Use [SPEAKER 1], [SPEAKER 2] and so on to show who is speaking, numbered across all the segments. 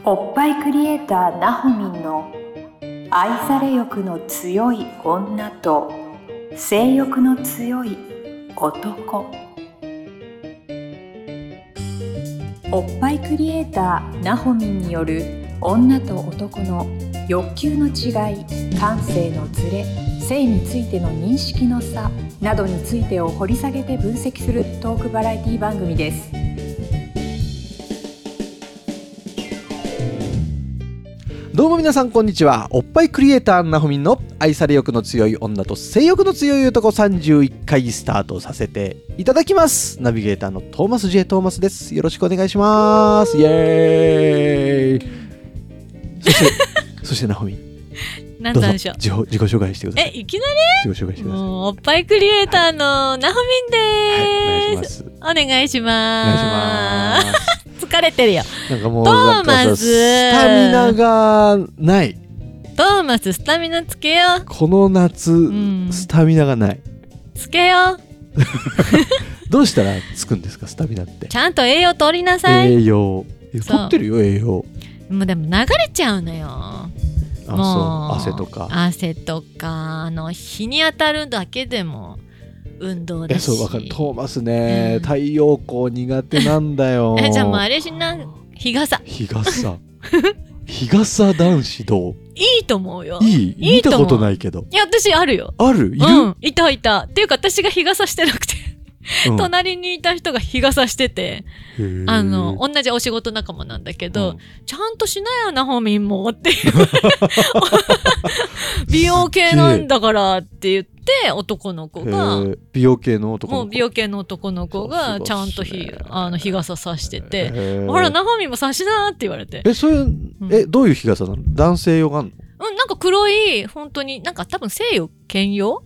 [SPEAKER 1] おっぱいクリエイターなほみんの愛され欲の強い女と性欲の強い男。おっぱいクリエイターなほみんによる女と男の欲求の違い、感性のズレ、性についての認識の差などについてを掘り下げて分析するトークバラエティ番組です。
[SPEAKER 2] どうも皆さんこんにちは。おっぱいクリエイターなほみんの愛され欲の強い女と性欲の強い男31回スタートさせていただきます。ナビゲーターのトーマス J トーマスです。よろしくお願いします。イエーイ。そしてなほみん、
[SPEAKER 3] 何なんでしょう。
[SPEAKER 2] 自己紹介してください。
[SPEAKER 3] いきなり
[SPEAKER 2] 自己紹介してください。
[SPEAKER 3] もうおっぱいクリエイターのなほみんです、
[SPEAKER 2] はい、お願いします。
[SPEAKER 3] お願いします。疲れてるよ。
[SPEAKER 2] なんかもう
[SPEAKER 3] トーマス
[SPEAKER 2] スタミナがない。
[SPEAKER 3] トーマススタミナつけよう。
[SPEAKER 2] この夏、スタミナがない。
[SPEAKER 3] つけよう。
[SPEAKER 2] どうしたらつくんですか、スタミナって。
[SPEAKER 3] ちゃんと栄養取りなさい。
[SPEAKER 2] 栄養取ってるよ、栄養。
[SPEAKER 3] もうでも流れちゃうのよ。
[SPEAKER 2] もう汗とか
[SPEAKER 3] 日に当たるだけでも運動だし。
[SPEAKER 2] そうわかる。トーマスね、太陽光苦手なんだよ。
[SPEAKER 3] じゃあもうあれしな、日傘
[SPEAKER 2] 日傘男子どう？
[SPEAKER 3] いいと思うよ。
[SPEAKER 2] いい見たことないけど。
[SPEAKER 3] いや私あるよ。
[SPEAKER 2] ある？いる？
[SPEAKER 3] いたっていうか私が日傘してなくて隣にいた人が日傘してて、同じお仕事仲間なんだけど、ちゃんとしなよなほみんもっていう美容系なんだからって言って男の子が
[SPEAKER 2] 美容系の男の子、
[SPEAKER 3] もう美容系の男の子がちゃんと日傘さしてて、ほらなほみんもさしなって言われて。
[SPEAKER 2] それどういう日傘なの？男性用があるの？
[SPEAKER 3] なんか黒い本当になんか多分西洋兼用。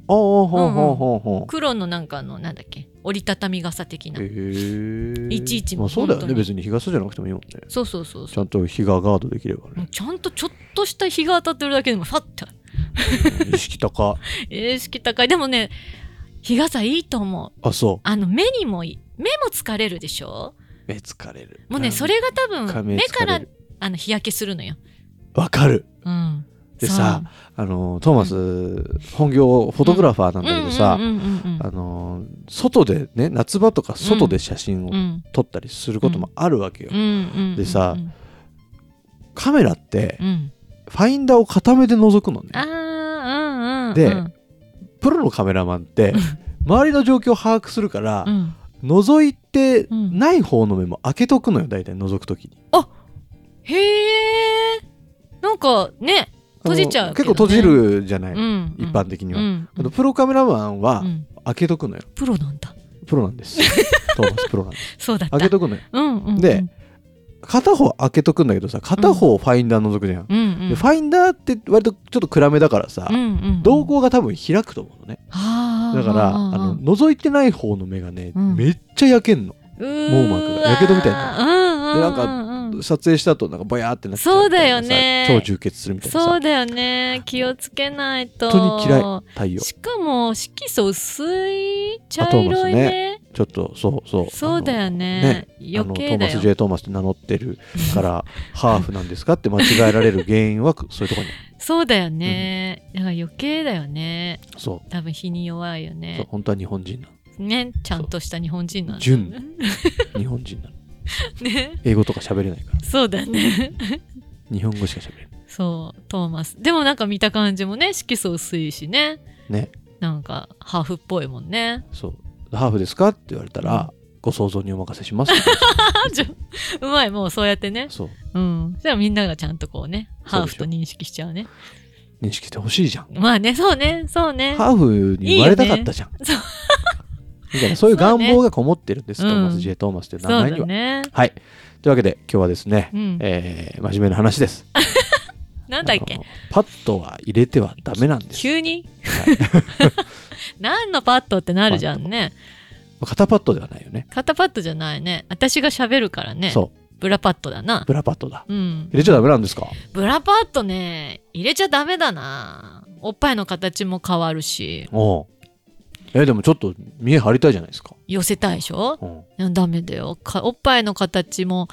[SPEAKER 3] 黒のなんだっけ、折りたたみ傘的な。いちいちも
[SPEAKER 2] そうだよね。別に日傘じゃなくてもいいもんね。
[SPEAKER 3] そう
[SPEAKER 2] ちゃんと日がガードできればね。
[SPEAKER 3] ちゃんとちょっとした日が当たってるだけでもファッて
[SPEAKER 2] 意識高
[SPEAKER 3] い。でもね、日傘いいと思う。
[SPEAKER 2] そう。
[SPEAKER 3] 目にもいい。目も疲れるでしょ。
[SPEAKER 2] 目疲れる。
[SPEAKER 3] もうね、それが多分目から日焼けするのよ。
[SPEAKER 2] わかる。でさ、トーマス本業フォトグラファーなんだけどさ、外でね、夏場とか外で写真を撮ったりすることもあるわけよ。でさ、カメラってファインダーを片目で覗くのね。でプロのカメラマンって周りの状況を把握するから、覗いてない方の目も開けとくのよ、大体覗くときに。
[SPEAKER 3] へえ。なんかね、閉じちゃうけどね。
[SPEAKER 2] 結構閉じるじゃない、一般的には。プロカメラマンは開けとくのよ。
[SPEAKER 3] プロなんだ。
[SPEAKER 2] プロなんです。トーマスプロなんです。
[SPEAKER 3] そうだった。
[SPEAKER 2] 開けとくのよ。で片方開けとくんだけどさ、片方ファインダー覗くじゃん。でファインダーって割とちょっと暗めだからさ、瞳孔が多分開くと思うのね。だから覗いてない方の目がね、めっちゃ焼けんの。網膜がやけどみたいな。でなんか撮影した後なんかボヤーってなっちゃう。
[SPEAKER 3] そうだよね。
[SPEAKER 2] 超充血するみたいなさ。
[SPEAKER 3] そうだよね。気をつけないと。
[SPEAKER 2] 本当に嫌い、太陽。
[SPEAKER 3] しかも色素薄い茶色いね。
[SPEAKER 2] ちょっと
[SPEAKER 3] そうだよね。余計だよ。
[SPEAKER 2] トーマス J トーマスって名乗ってるからハーフなんですかって間違えられる原因はそういうところに。
[SPEAKER 3] そうだよね。だから余計だよね。
[SPEAKER 2] そう。
[SPEAKER 3] 多分日に弱いよね。
[SPEAKER 2] 本当は日本人なの。
[SPEAKER 3] ね、ちゃんとした日本人なの。
[SPEAKER 2] 純日本人なの。ね、英語とか喋れないから。
[SPEAKER 3] そうだね。
[SPEAKER 2] 日本語しか喋れない。
[SPEAKER 3] そう、トーマス。でもなんか見た感じもね、色素薄いしね。なんかハーフっぽいもんね。
[SPEAKER 2] そう。ハーフですかって言われたら、ご想像にお任せします。
[SPEAKER 3] うまい、もうそうやってね。
[SPEAKER 2] そう。
[SPEAKER 3] じゃあみんながちゃんとこうね、ハーフと認識しちゃうね。
[SPEAKER 2] 認識してほしいじゃん。
[SPEAKER 3] まあね、そうね。
[SPEAKER 2] ハーフに言われたかったじゃん。みたいな、そういう願望がこもってるんです、トーマス J トーマスという名前には。はい。というわけで今日はですね、真面目な話です。
[SPEAKER 3] なんだっけ？
[SPEAKER 2] パッドは入れてはダメなんです。
[SPEAKER 3] 急に？何のパッドってなるじゃんね。
[SPEAKER 2] 肩パッドではないよね。
[SPEAKER 3] 肩パッドじゃないね。私が喋るからね。
[SPEAKER 2] そう。
[SPEAKER 3] ブラパッドだな。
[SPEAKER 2] ブラパッドだ。入れちゃダメなんですか？
[SPEAKER 3] ブラパッドね、入れちゃダメだな。おっぱいの形も変わるし。
[SPEAKER 2] でもちょっと見え張りたいじゃないですか。
[SPEAKER 3] 寄せたいでしょ、ダメだよ。おっぱいの形も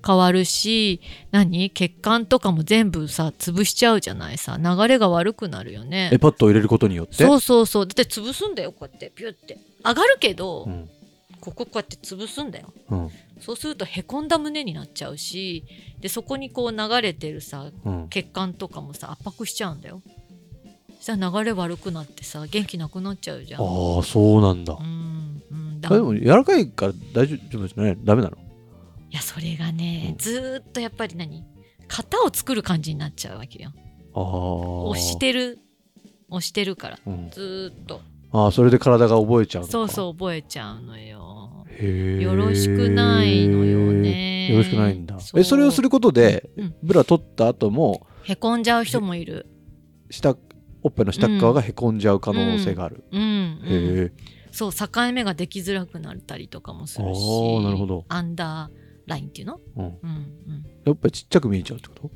[SPEAKER 3] 変わるし、血管とかも全部さ潰しちゃうじゃないさ。流れが悪くなるよね。
[SPEAKER 2] パッドを入れることによって。
[SPEAKER 3] そうそうそう。だって潰すんだよ、こうやってピュって上がるけど、こうやって潰すんだよ、そうするとへこんだ胸になっちゃうし、でそこにこう流れてるさ、血管とかもさ圧迫しちゃうんだよ。そしたら流れ悪くなってさ元気なくなっちゃうじゃん。
[SPEAKER 2] ああ、そうなんだ。でも柔らかいから大丈夫じゃない？ダメなの？
[SPEAKER 3] いや、それがね、ずっとやっぱり型を作る感じになっちゃうわけよ。押してるから、ずっと。
[SPEAKER 2] それで体が覚えちゃうのか。
[SPEAKER 3] そうそう、覚えちゃうのよ。よろしくないのよね。
[SPEAKER 2] よろしくないんだ。それをすることで、ブラ取った後も
[SPEAKER 3] へこんじゃう人もいる。
[SPEAKER 2] おっぱいの下側がへこんじゃう可能性がある。
[SPEAKER 3] そう、境目ができづらくなったりとかもするし。
[SPEAKER 2] なるほど。
[SPEAKER 3] アンダーラインっていうの？
[SPEAKER 2] おっぱいちっちゃく見えちゃうってこと？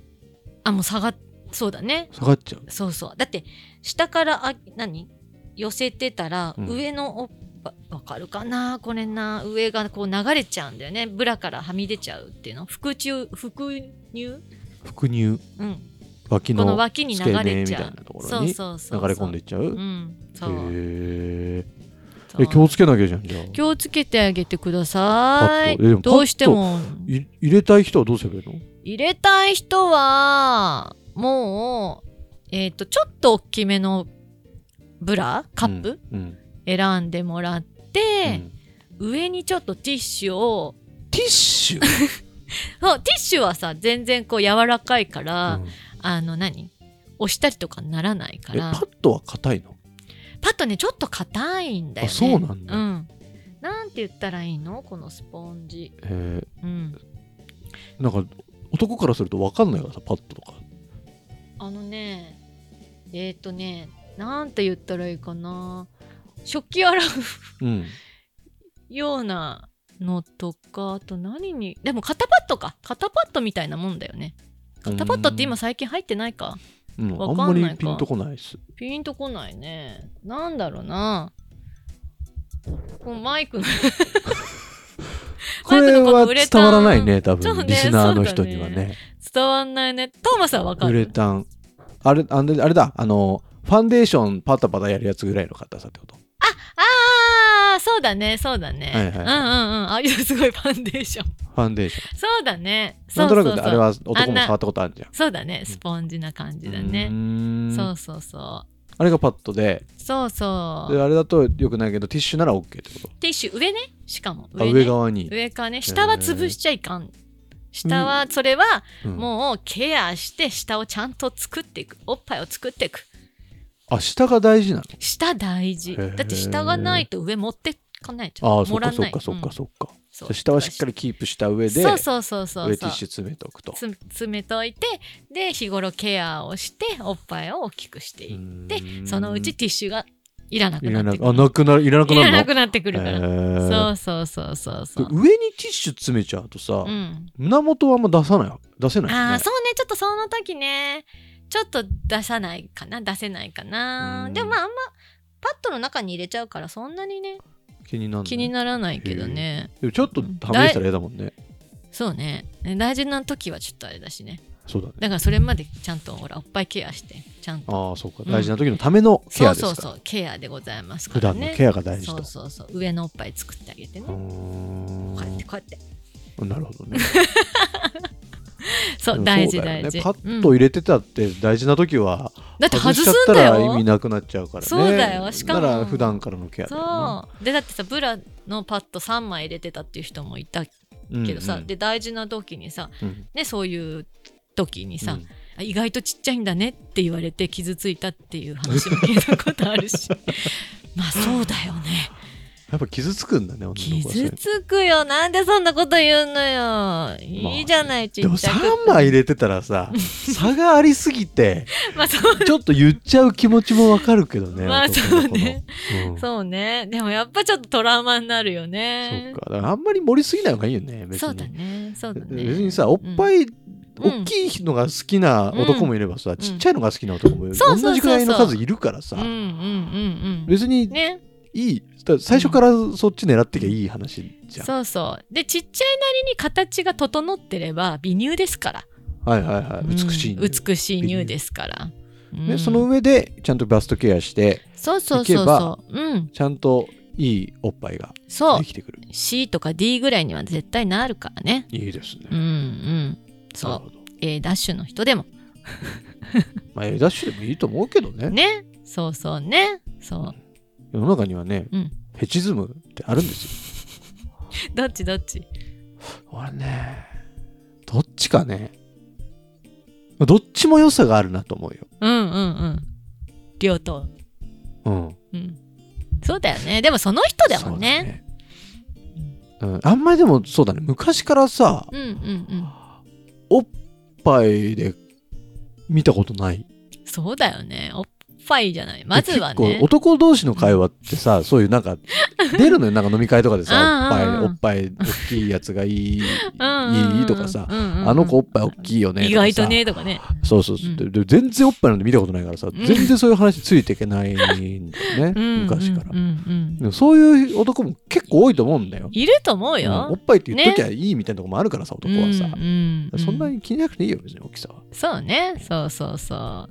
[SPEAKER 3] もうそうだね。
[SPEAKER 2] 下がっちゃう。
[SPEAKER 3] そうそう。だって下から寄せてたら、上のおっぱいわかるかな、これな、上がこう流れちゃうんだよね。ブラからはみ出ちゃうっていうの。伏入、
[SPEAKER 2] 脇の
[SPEAKER 3] この脇に流れちゃう
[SPEAKER 2] 付け根みたいなところに流れ込んでいっちゃう。気をつけなきゃじゃん。じゃあ
[SPEAKER 3] 気をつけてあげてください。どうしても
[SPEAKER 2] 入れたい人はどうすればいいの？
[SPEAKER 3] 入れたい人はもうちょっと大きめのブラカップ、選んでもらって、上にちょっとティッシュを
[SPEAKER 2] ティッシュ
[SPEAKER 3] ティッシュはさ全然こう柔らかいから、押したりとかならないから。
[SPEAKER 2] パッドは硬いの？
[SPEAKER 3] パッドね、ちょっと硬いんだよね。
[SPEAKER 2] そうなんだ。
[SPEAKER 3] なんて言ったらいいのこのスポンジ。
[SPEAKER 2] なんか男からすると分かんないからさ、パッドとか。
[SPEAKER 3] なんて言ったらいいかな、食器洗うようなのとか、あとでも肩パッドみたいなもんだよね。肩パッドって今最近入ってないか。
[SPEAKER 2] あんまりピンとこないです。
[SPEAKER 3] ピンとこないね。なんだろうな、このマイクの
[SPEAKER 2] これは伝わらないね、多分リスナーの人にはね。
[SPEAKER 3] 伝わんないね。トーマスはわかる？
[SPEAKER 2] ウレタン、あれだ、ファンデーションパタパタやるやつぐらいの硬さってこと？
[SPEAKER 3] そうだね。あ、すごいファンデーション。そうだね。
[SPEAKER 2] なんとなくあれは男も触ったことあるじゃん。
[SPEAKER 3] そうだね。スポンジな感じだね。そう。
[SPEAKER 2] あれがパッドで。
[SPEAKER 3] そう
[SPEAKER 2] で、あれだと良くないけど、ティッシュなら OK ってこと？
[SPEAKER 3] ティッシュ上ね。しかも
[SPEAKER 2] 上側に。
[SPEAKER 3] 上からね。下は潰しちゃいかん。下はそれはもうケアして下をちゃんと作っていく。おっぱいを作っていく。
[SPEAKER 2] 下が大事なの？
[SPEAKER 3] 下大事。だって下がないと上持ってかないと盛らない。
[SPEAKER 2] そっか。下はしっかりキープした上で、
[SPEAKER 3] そう。
[SPEAKER 2] 上ティッシュ詰めておくと。
[SPEAKER 3] 詰めといて、で日頃ケアをしておっぱいを大きくしていって、そのうちティッシュがいらなくなってくる。いらなくなってくるから。そう。
[SPEAKER 2] 上にティッシュ詰めちゃうとさ、胸元はあんま出せないね。
[SPEAKER 3] そうね。ちょっとその時ね。ちょっと出せないかな。でもあんまパッドの中に入れちゃうからそんなにね気にならないけどね。
[SPEAKER 2] でもちょっとはみ出したら嫌だもんね。
[SPEAKER 3] そうね。大事な時はちょっとあれだしね。
[SPEAKER 2] そうだね。
[SPEAKER 3] だからそれまでちゃんとおっぱいケアしてちゃんと。
[SPEAKER 2] そうか。大事な時のためのケアですか。
[SPEAKER 3] そうケアでございますからね。
[SPEAKER 2] 普段のケアが大事と。
[SPEAKER 3] そう上のおっぱい作ってあげてね。こうやって。
[SPEAKER 2] なるほどね。
[SPEAKER 3] そう大事。
[SPEAKER 2] パッと入れてたって大事な時は
[SPEAKER 3] だって外すんだよ。
[SPEAKER 2] 外しちゃったら意味なくなっちゃうからね。
[SPEAKER 3] そうだよ。しかも
[SPEAKER 2] だから普段からのケアだよな。
[SPEAKER 3] そうでだってさブラのパッド3枚入れてたっていう人もいたけどさ、で大事な時にさ、ね、そういう時にさ、意外とちっちゃいんだねって言われて傷ついたっていう話も聞いたことあるしまあそうだよね。
[SPEAKER 2] やっぱ傷つくんだね。
[SPEAKER 3] 傷つくよ。なんでそんなこと言うのよ。いいじゃない、ちっちゃく。
[SPEAKER 2] でも3枚入れてたらさ差がありすぎてちょっと言っちゃう気持ちもわかるけどね。
[SPEAKER 3] そうね。でもやっぱちょっとトラウマになるよね。
[SPEAKER 2] そうか。だからあんまり盛りすぎない方がいいよね。別に。
[SPEAKER 3] そうだね。
[SPEAKER 2] 別にさおっぱい大きいのが好きな男もいればさ、ちっちゃいのが好きな男もいる。同じくらいの数いるからさ。別にいい最初からそっち狙ってきゃいい話じゃん、
[SPEAKER 3] そうそうでちっちゃいなりに形が整ってれば美乳ですから、
[SPEAKER 2] はいはいはい、美しい乳、
[SPEAKER 3] 美しい乳ですから、
[SPEAKER 2] でその上でちゃんとバストケアしていけばちゃんといいおっぱいができてくる。
[SPEAKER 3] C とか D ぐらいには絶対なるからね。
[SPEAKER 2] いいですね。
[SPEAKER 3] そう。A ダッシュの人でも
[SPEAKER 2] まあ A ダッシュでもいいと思うけどね。
[SPEAKER 3] ね、そうそうね、そう。
[SPEAKER 2] 世の中にはね、フェチズムってあるんですよ。
[SPEAKER 3] どっち
[SPEAKER 2] 俺ね、どっちかね、どっちも良さがあるなと思うよ。
[SPEAKER 3] 両党。そうだよね。でもその人だもんね。
[SPEAKER 2] あんまりでもそうだね、昔からさ、おっぱいで見たことない。
[SPEAKER 3] そうだよね。おっぱいじゃない。まずはね。
[SPEAKER 2] 結構男同士の会話ってさ、そういうなんか出るのよ。なんか飲み会とかでさ、おっぱい大きいやつがいいとかさ、あの子おっぱい大きいよねとかさ、
[SPEAKER 3] 意外とねとかね。
[SPEAKER 2] そうで全然おっぱいなんて見たことないからさ、全然そういう話ついていけないんだよね、昔から。でもそういう男も結構多いと思うんだよ。
[SPEAKER 3] いると思うよ。
[SPEAKER 2] おっぱいって言っときゃいいみたいなとこもあるからさ、男はさ。そんなに気になくていいよ、別に大きさは。
[SPEAKER 3] そうね、そう。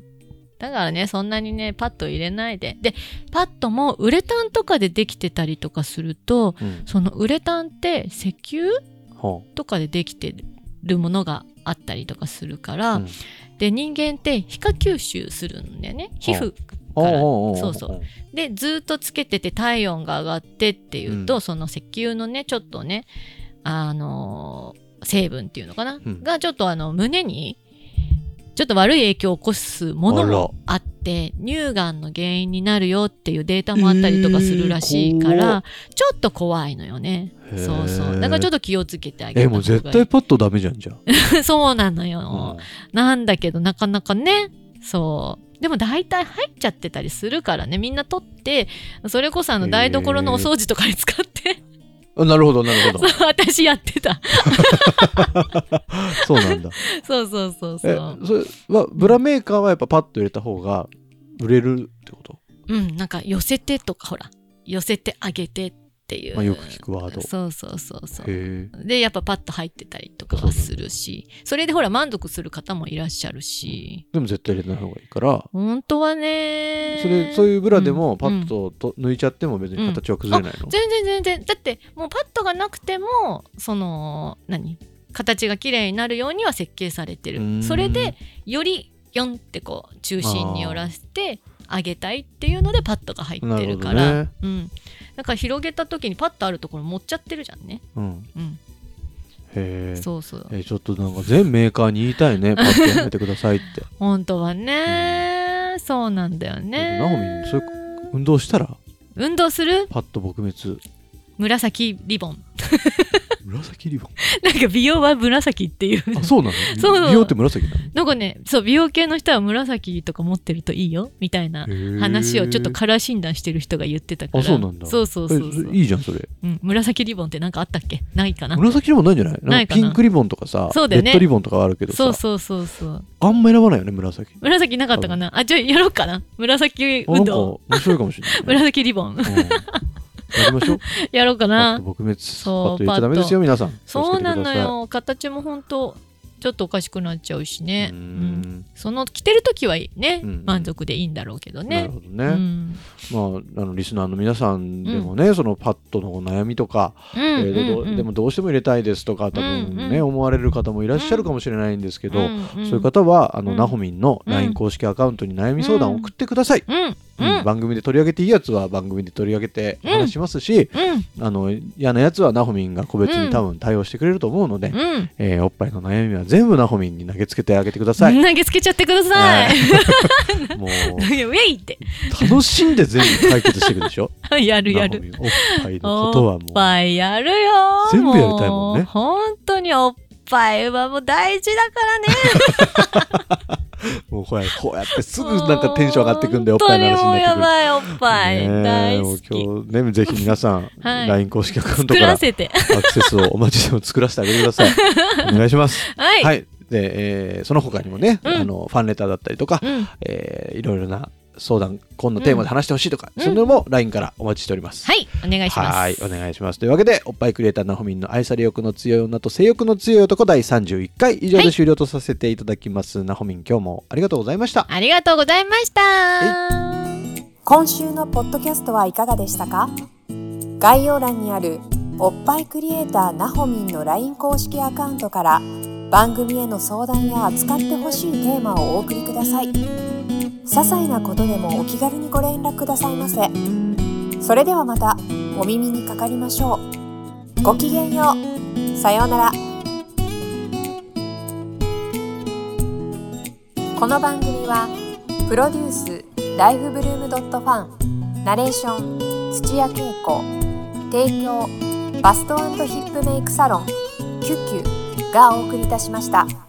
[SPEAKER 3] だからね、そんなにねパッド入れないで。でパッドもウレタンとかでできてたりとかすると、そのウレタンって石油とかでできてるものがあったりとかするから、で人間って皮下吸収するんだよね、皮膚から。そうでずっとつけてて体温が上がってっていうと、その石油のねちょっとね成分っていうのかな、がちょっと胸にちょっと悪い影響を起こすものもあって乳がんの原因になるよっていうデータもあったりとかするらしいから、ちょっと怖いのよね。そうだからちょっと気をつけてあげた方がいい。
[SPEAKER 2] もう絶対パッドダメじゃんじゃん。
[SPEAKER 3] そうなのよ、なんだけどなかなかね。そうでも大体入っちゃってたりするからね、みんな取ってそれこそ台所のお掃除とかに使って
[SPEAKER 2] なるほどそう
[SPEAKER 3] 私やってた
[SPEAKER 2] そうなんだ。
[SPEAKER 3] そう
[SPEAKER 2] それはブラメーカーはやっぱパッと入れた方が売れるってこと？
[SPEAKER 3] なんか寄せてとか、ほら寄せてあげてっていう、
[SPEAKER 2] よく聞くワード。
[SPEAKER 3] そうでやっぱパッと入ってたりとかはするし、それでほら満足する方もいらっしゃるし。
[SPEAKER 2] でも絶対入れない方がいいから。
[SPEAKER 3] 本当はね。
[SPEAKER 2] そういうブラでもパッと抜いちゃっても別に形は崩れないの？
[SPEAKER 3] 全然だってもうパッドがなくてもその形が綺麗になるようには設計されてる。それでよりヨンってこう中心に寄らせてあげたいっていうのでパッドが入ってるから、だから広げた時にパッとあるところ持っちゃってるじゃんね。
[SPEAKER 2] へえ。
[SPEAKER 3] そうち
[SPEAKER 2] ょっとなんか全メーカーに言いたいね、パッドやめてくださいって。
[SPEAKER 3] 本当はね、そうなんだよね。
[SPEAKER 2] なほみんそういう運動したら？
[SPEAKER 3] 運動する？
[SPEAKER 2] パッド撲滅。
[SPEAKER 3] 紫リボン。
[SPEAKER 2] 紫リボン。
[SPEAKER 3] なんか美容は紫っていう。
[SPEAKER 2] あ、そうなの？美容って紫なの？
[SPEAKER 3] なんかね、そう美容系の人は紫とか持ってるといいよみたいな話をちょっとカラー診断してる人が言ってたから。
[SPEAKER 2] あ、そうなんだ。
[SPEAKER 3] そう
[SPEAKER 2] いいじゃんそれ。
[SPEAKER 3] 紫リボンってなんかあったっけ？ないかな。
[SPEAKER 2] 紫リボンないんじゃない？
[SPEAKER 3] ないかな。
[SPEAKER 2] ピンクリボンとかさ、レッドリボンとかあるけどさ。
[SPEAKER 3] そうあ
[SPEAKER 2] んま選ばないよね紫。
[SPEAKER 3] 紫なかったかな。じゃあやろうかな。紫運動。
[SPEAKER 2] 面白いかもしれない。
[SPEAKER 3] 紫リボン。
[SPEAKER 2] やりましょう。
[SPEAKER 3] やろうかな。
[SPEAKER 2] パッド撲滅。パッド入れちゃダメですよ皆さん。
[SPEAKER 3] そうなのよ。形も本当ちょっとおかしくなっちゃうしね。その着てる時はね、満足でいいんだろうけどね。
[SPEAKER 2] なるほどね。リスナーの皆さんでもね、そのパッドの悩みとか、でもどうしても入れたいですとか多分ね思われる方もいらっしゃるかもしれないんですけど、そういう方はなほみんの LINE 公式アカウントに悩み相談を送ってください。番組で取り上げていいやつは番組で取り上げて話しますし、嫌なやつはなほみんが個別に多分対応してくれると思うので、おっぱいの悩みは全部なほみんに投げつけてあげてください。
[SPEAKER 3] 投げつけちゃってください。
[SPEAKER 2] もうウ
[SPEAKER 3] ェイって
[SPEAKER 2] 楽しんで全部解決していくでしょ。
[SPEAKER 3] やる。
[SPEAKER 2] おっぱいのことはもう
[SPEAKER 3] おっぱいやるよ。
[SPEAKER 2] 全部やりたいもんね。
[SPEAKER 3] 本当におっぱいはもう大事だからね。
[SPEAKER 2] もうこうやってすぐなんかテンション上がってくんで、おっぱいの話になってくる。
[SPEAKER 3] 本当にもうやばいおっぱい大好き。
[SPEAKER 2] 今日ねぜひ皆さん LINE 公式アカウントからアクセスをお待ちしても作らせてあげてください。お願いします。はい。でその他にもねファンレターだったりとかいろいろな相談、今度テーマで話してほしいとか、そういうのも LINE からお待ちしております。
[SPEAKER 3] はい、お願いします。
[SPEAKER 2] はい、お願いします。というわけで、おっぱいクリエイターなほみんの愛され欲の強い女と性欲の強い男第31回以上で終了とさせていただきます。なほみん、今日もありがとうございました。
[SPEAKER 3] ありがとうございました。
[SPEAKER 1] 今週のポッドキャストはいかがでしたか？概要欄にあるおっぱいクリエイターなほみんの LINE 公式アカウントから番組への相談や扱ってほしいテーマをお送りください。些細なことでもお気軽にご連絡くださいませ。それではまたお耳にかかりましょう。ごきげんよう。さようなら。この番組はプロデュースライフブルームドットファン、ナレーション土屋恵子、提供バスト&ヒップメイクサロンキュッキュがお送りいたしました。